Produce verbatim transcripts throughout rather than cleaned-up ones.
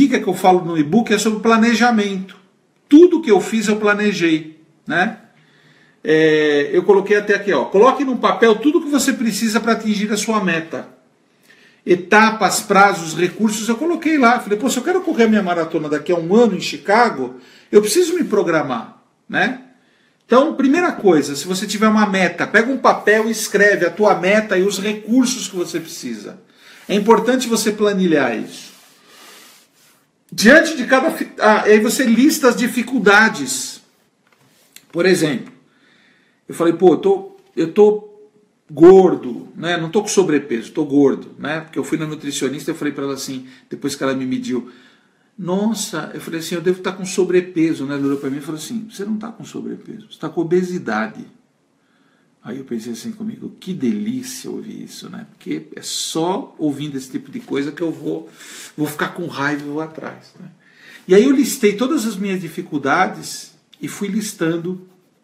dica que eu falo no e-book é sobre planejamento. Tudo que eu fiz eu planejei, né? É, eu coloquei até aqui, ó, coloque no papel tudo que você precisa para atingir a sua meta. Etapas, prazos, recursos, eu coloquei lá. Falei, pô, se eu quero correr a minha maratona daqui a um ano em Chicago, eu preciso me programar, né? Então, primeira coisa, se você tiver uma meta, pega um papel e escreve a tua meta e os recursos que você precisa. É importante você planilhar isso. Diante de cada... Ah, aí você lista as dificuldades. Por exemplo, eu falei, pô, eu tô, eu tô gordo, né? Não tô com sobrepeso, tô gordo, né? Porque eu fui na nutricionista e falei para ela assim, depois que ela me mediu, nossa, eu falei assim, eu devo estar com sobrepeso, né? Ela olhou para mim e falou assim, você não está com sobrepeso, você está com obesidade. Aí eu pensei assim comigo, que delícia ouvir isso, né? Porque é só ouvindo esse tipo de coisa que eu vou, vou ficar com raiva e vou atrás, né? E aí eu listei todas as minhas dificuldades e fui listando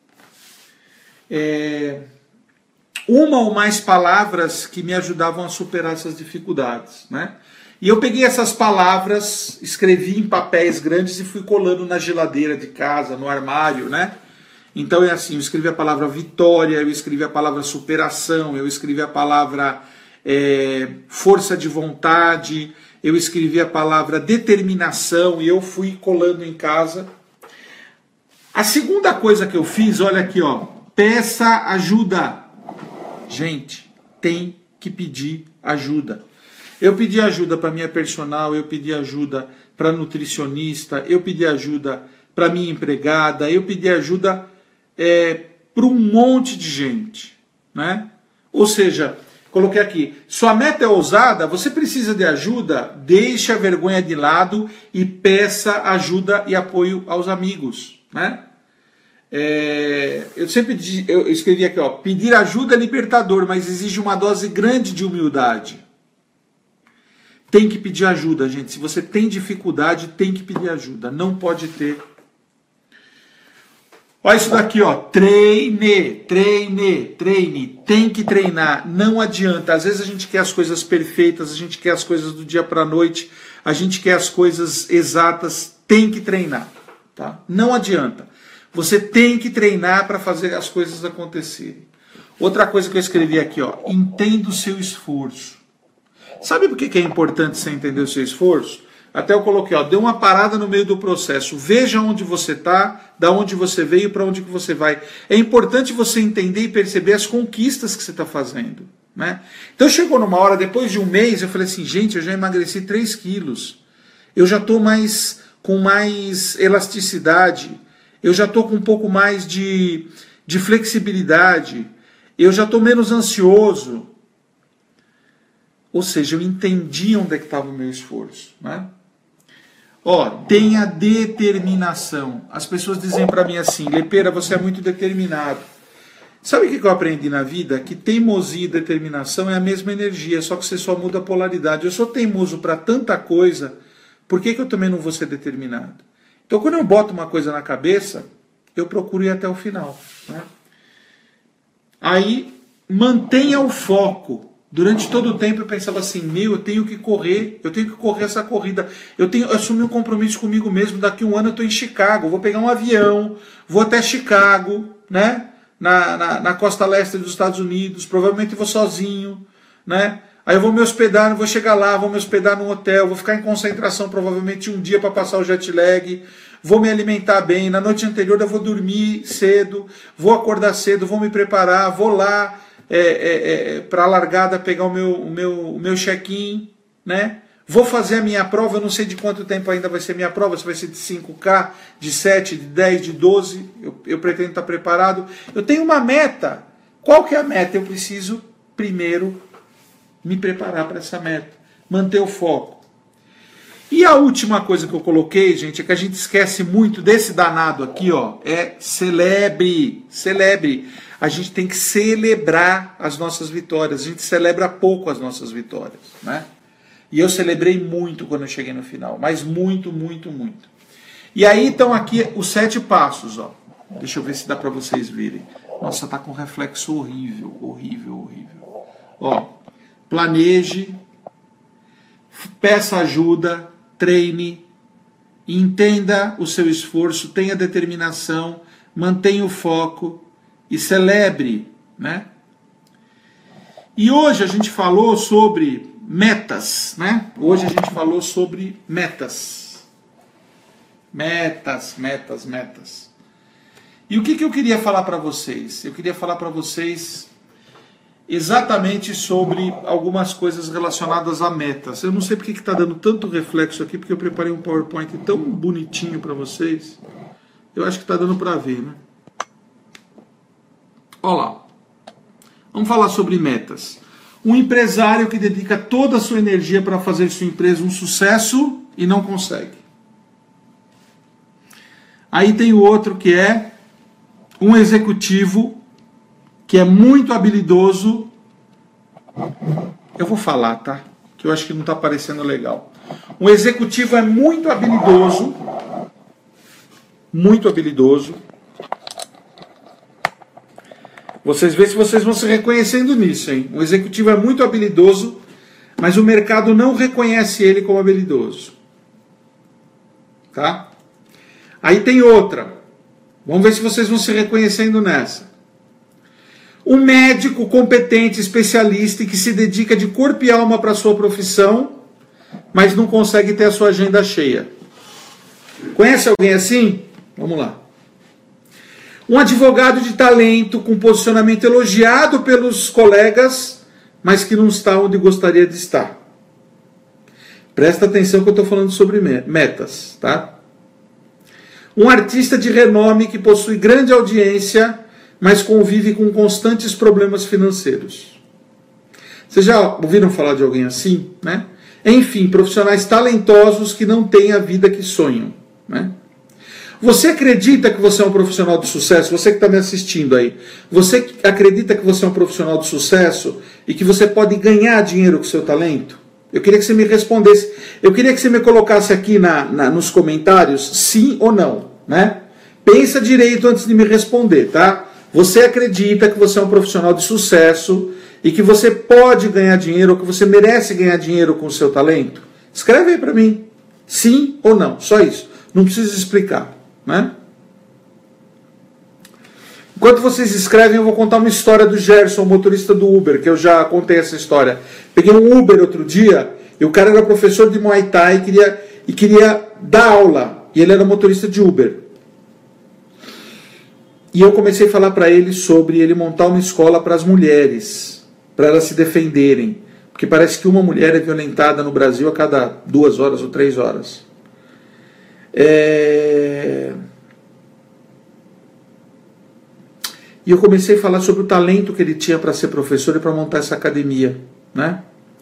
é, uma ou mais palavras que me ajudavam a superar essas dificuldades, né? E eu peguei essas palavras, escrevi em papéis grandes e fui colando na geladeira de casa, no armário, né? Então é assim, eu escrevi a palavra vitória, eu escrevi a palavra superação, eu escrevi a palavra é, força de vontade, eu escrevi a palavra determinação e eu fui colando em casa. A segunda coisa que eu fiz, olha aqui, ó, peça ajuda. Gente, tem que pedir ajuda. Eu pedi ajuda para minha personal, eu pedi ajuda para nutricionista, eu pedi ajuda para minha empregada, eu pedi ajuda é, para um monte de gente, né? Ou seja, coloquei aqui, sua meta é ousada, você precisa de ajuda, deixe a vergonha de lado e peça ajuda e apoio aos amigos, né? É, eu sempre eu escrevi aqui, ó, pedir ajuda é libertador, mas exige uma dose grande de humildade. Tem que pedir ajuda, gente. Se você tem dificuldade, tem que pedir ajuda. Não pode ter. Olha isso daqui, ó. Treine, treine, treine. Tem que treinar. Não adianta. Às vezes a gente quer as coisas perfeitas, a gente quer as coisas do dia para a noite, a gente quer as coisas exatas. Tem que treinar, tá? Não adianta. Você tem que treinar para fazer as coisas acontecerem. Outra coisa que eu escrevi aqui, ó. Entenda o seu esforço. Sabe por que é importante você entender o seu esforço? Até eu coloquei, ó, dê uma parada no meio do processo. Veja onde você está, da onde você veio, para onde que você vai. É importante você entender e perceber as conquistas que você está fazendo, né? Então chegou numa hora, depois de um mês, eu falei assim, gente, eu já emagreci três quilos. Eu já estou mais, com mais elasticidade. Eu já estou com um pouco mais de, de flexibilidade. Eu já estou menos ansioso. Ou seja, eu entendi onde é que estava o meu esforço, né? Ó, tenha determinação. As pessoas dizem para mim assim, Lepera, você é muito determinado. Sabe o que eu aprendi na vida? Que teimosia e determinação é a mesma energia, só que você só muda a polaridade. Eu sou teimoso para tanta coisa, por que, que eu também não vou ser determinado? Então, quando eu boto uma coisa na cabeça, eu procuro ir até o final, né? Aí, mantenha o foco. Durante todo o tempo eu pensava assim, meu, eu tenho que correr, eu tenho que correr essa corrida. Eu tenho, eu assumi um compromisso comigo mesmo, daqui a um ano eu estou em Chicago, vou pegar um avião, vou até Chicago, né? Na, na, na costa leste dos Estados Unidos, provavelmente vou sozinho, né? Aí eu vou me hospedar, vou chegar lá, vou me hospedar num hotel, vou ficar em concentração provavelmente um dia para passar o jet lag, vou me alimentar bem, na noite anterior eu vou dormir cedo, vou acordar cedo, vou me preparar, vou lá, É, é, é, para a largada pegar o meu, o meu, o meu check-in, né? Vou fazer a minha prova, eu não sei de quanto tempo ainda vai ser a minha prova, se vai ser de cinco K, de sete, de dez, de doze, eu, eu pretendo estar preparado. Eu tenho uma meta. Qual que é a meta? Eu preciso primeiro me preparar para essa meta, manter o foco. E a última coisa que eu coloquei, gente, é que a gente esquece muito desse danado aqui, ó, é celebre, celebre. A gente tem que celebrar as nossas vitórias. A gente celebra pouco as nossas vitórias, né? E eu celebrei muito quando eu cheguei no final, mas muito, muito, muito. E aí estão aqui os sete passos, ó. Deixa eu ver se dá para vocês verem. Nossa, tá com reflexo horrível, horrível, horrível. Ó, planeje, peça ajuda, treine, entenda o seu esforço, tenha determinação, mantenha o foco e celebre, né? E hoje a gente falou sobre metas, né? Hoje a gente falou sobre metas. Metas, metas, metas. E o que, que eu queria falar para vocês? Eu queria falar para vocês exatamente sobre algumas coisas relacionadas a metas. Eu não sei porque que está dando tanto reflexo aqui, porque eu preparei um PowerPoint tão bonitinho para vocês. Eu acho que está dando para ver, né? Olha lá. Vamos falar sobre metas. Um empresário que dedica toda a sua energia para fazer sua empresa um sucesso e não consegue. Aí tem o outro que é um executivo que é muito habilidoso. Eu vou falar, tá? Que eu acho que não está parecendo legal. Um executivo é muito habilidoso, muito habilidoso. Vocês veem se vocês vão se reconhecendo nisso, hein? Um executivo é muito habilidoso, mas o mercado não reconhece ele como habilidoso. Tá? Aí tem outra. Vamos ver se vocês vão se reconhecendo nessa. Um médico competente, especialista e que se dedica de corpo e alma para a sua profissão, mas não consegue ter a sua agenda cheia. Conhece alguém assim? Vamos lá. Um advogado de talento com posicionamento elogiado pelos colegas, mas que não está onde gostaria de estar. Presta atenção que eu estou falando sobre metas, tá? Um artista de renome que possui grande audiência, mas convive com constantes problemas financeiros. Vocês já ouviram falar de alguém assim, né? Enfim, profissionais talentosos que não têm a vida que sonham, né? Você acredita que você é um profissional de sucesso? Você que está me assistindo aí, você acredita que você é um profissional de sucesso e que você pode ganhar dinheiro com seu talento? Eu queria que você me respondesse. Eu queria que você me colocasse aqui na, na, nos comentários sim ou não, né? Pensa direito antes de me responder, tá? Você acredita que você é um profissional de sucesso e que você pode ganhar dinheiro ou que você merece ganhar dinheiro com o seu talento? Escreve aí para mim. Sim ou não. Só isso. Não precisa explicar. Né? Enquanto vocês escrevem, eu vou contar uma história do Gerson, motorista do Uber, que eu já contei essa história. Peguei um Uber outro dia, e o cara era professor de Muay Thai e queria, e queria dar aula, e ele era motorista de Uber. E eu comecei a falar para ele sobre ele montar uma escola para as mulheres, para elas se defenderem, porque parece que uma mulher é violentada no Brasil a cada duas horas ou três horas. É... E eu comecei a falar sobre o talento que ele tinha para ser professor e para montar essa academia, né?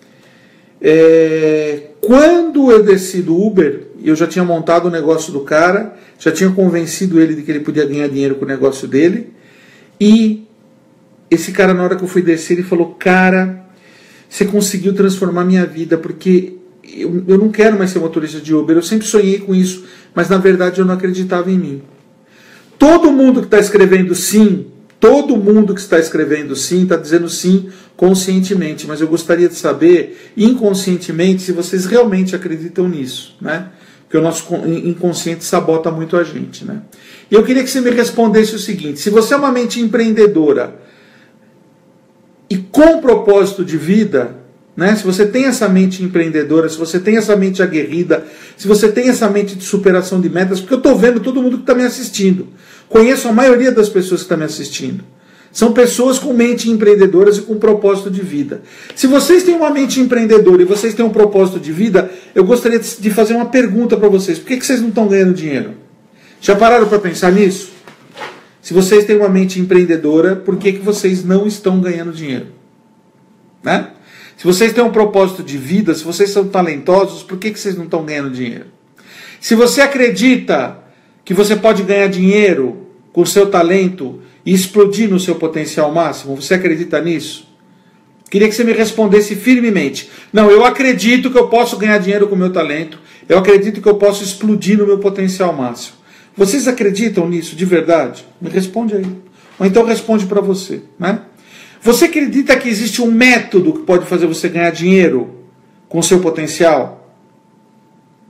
É... Quando eu desci do Uber, eu já tinha montado o negócio do cara, já tinha convencido ele de que ele podia ganhar dinheiro com o negócio dele, e esse cara, na hora que eu fui descer, ele falou: cara, você conseguiu transformar minha vida, porque eu, eu não quero mais ser motorista de Uber, eu sempre sonhei com isso, mas na verdade eu não acreditava em mim. Todo mundo que está escrevendo sim, todo mundo que está escrevendo sim, está dizendo sim conscientemente, mas eu gostaria de saber, inconscientemente, se vocês realmente acreditam nisso, né? Porque o nosso inconsciente sabota muito a gente, né? E eu queria que você me respondesse o seguinte: se você é uma mente empreendedora e com propósito de vida, né? Se você tem essa mente empreendedora, se você tem essa mente aguerrida, se você tem essa mente de superação de metas, porque eu estou vendo todo mundo que está me assistindo, conheço a maioria das pessoas que estão me assistindo, são pessoas com mente empreendedoras e com propósito de vida. Se vocês têm uma mente empreendedora e vocês têm um propósito de vida, eu gostaria de fazer uma pergunta para vocês: por que que vocês não estão ganhando dinheiro? Já pararam para pensar nisso? Se vocês têm uma mente empreendedora, por que que vocês não estão ganhando dinheiro? Né? Se vocês têm um propósito de vida, se vocês são talentosos, por que que vocês não estão ganhando dinheiro? Se você acredita que você pode ganhar dinheiro com o seu talento e explodir no seu potencial máximo, você acredita nisso? Queria que você me respondesse firmemente: não, eu acredito que eu posso ganhar dinheiro com o meu talento, eu acredito que eu posso explodir no meu potencial máximo. Vocês acreditam nisso de verdade? Me responde aí. Ou então responde para você, né? Você acredita que existe um método que pode fazer você ganhar dinheiro com o seu potencial?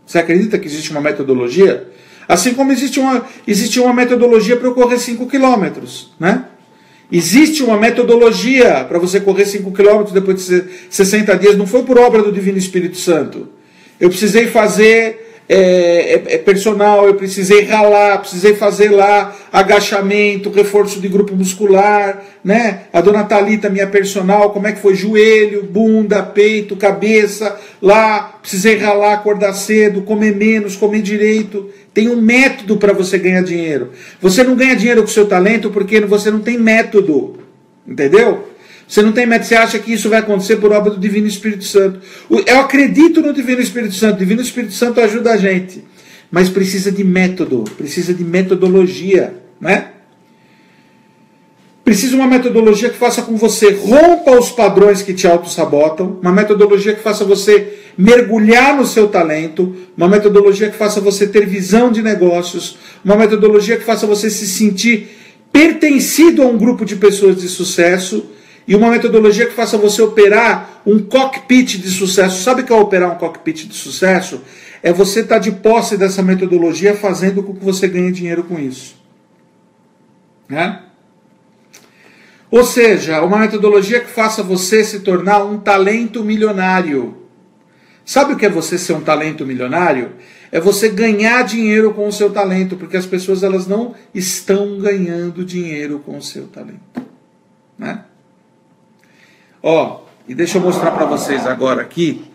Você acredita que existe uma metodologia? Assim como existe uma, existe uma metodologia para eu correr cinco quilômetros, né? Existe uma metodologia para você correr cinco quilômetros depois de sessenta dias, não foi por obra do Divino Espírito Santo. Eu precisei fazer é, é, é personal, eu precisei ralar, precisei fazer lá agachamento, reforço de grupo muscular, né? A dona Thalita, minha personal, como é que foi? Joelho, bunda, peito, cabeça, lá, precisei ralar, acordar cedo, comer menos, comer direito. Tem um método para você ganhar dinheiro. Você não ganha dinheiro com o seu talento porque você não tem método. Entendeu? Você não tem método. Você acha que isso vai acontecer por obra do Divino Espírito Santo. Eu acredito no Divino Espírito Santo. O Divino Espírito Santo ajuda a gente. Mas precisa de método. Precisa de metodologia. Né? Precisa de uma metodologia que faça com que você rompa os padrões que te auto-sabotam. Uma metodologia que faça você mergulhar no seu talento, uma metodologia que faça você ter visão de negócios, uma metodologia que faça você se sentir pertencido a um grupo de pessoas de sucesso e uma metodologia que faça você operar um cockpit de sucesso. Sabe o que é operar um cockpit de sucesso? É você estar de posse dessa metodologia fazendo com que você ganhe dinheiro com isso. Né? Ou seja, uma metodologia que faça você se tornar um talento milionário. Sabe o que é você ser um talento milionário? É você ganhar dinheiro com o seu talento, porque as pessoas elas não estão ganhando dinheiro com o seu talento. Né? Ó, e deixa eu mostrar para vocês agora aqui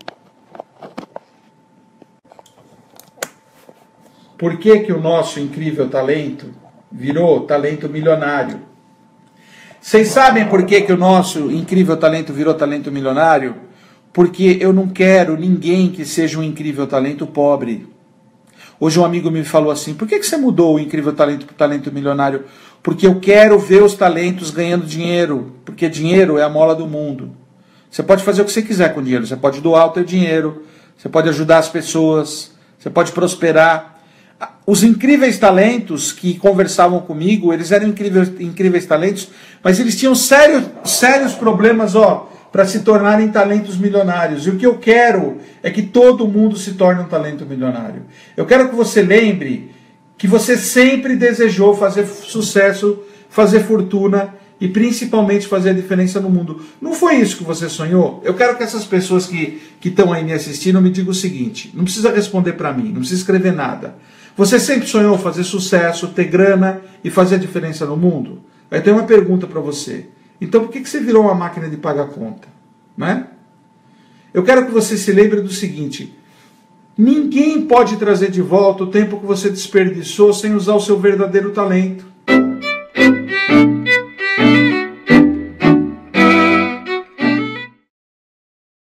por que que o nosso incrível talento virou talento milionário. Vocês sabem por que que o nosso incrível talento virou talento milionário? Porque eu não quero ninguém que seja um incrível talento pobre. Hoje um amigo me falou assim, por que que você mudou o incrível talento para o talento milionário? Porque eu quero ver os talentos ganhando dinheiro, porque dinheiro é a mola do mundo. Você pode fazer o que você quiser com dinheiro, você pode doar o teu dinheiro, você pode ajudar as pessoas, você pode prosperar. Os incríveis talentos que conversavam comigo, eles eram incríveis, incríveis talentos, mas eles tinham sérios, sérios problemas, ó, para se tornarem talentos milionários. E o que eu quero é que todo mundo se torne um talento milionário. Eu quero que você lembre que você sempre desejou fazer sucesso, fazer fortuna e principalmente fazer a diferença no mundo. Não foi isso que você sonhou? Eu quero que essas pessoas que que estão aí me assistindo me digam o seguinte, não precisa responder para mim, não precisa escrever nada. Você sempre sonhou fazer sucesso, ter grana e fazer a diferença no mundo? Aí tem uma pergunta para você. Então por que que você virou uma máquina de pagar conta? Né? Eu quero que você se lembre do seguinte, ninguém pode trazer de volta o tempo que você desperdiçou sem usar o seu verdadeiro talento.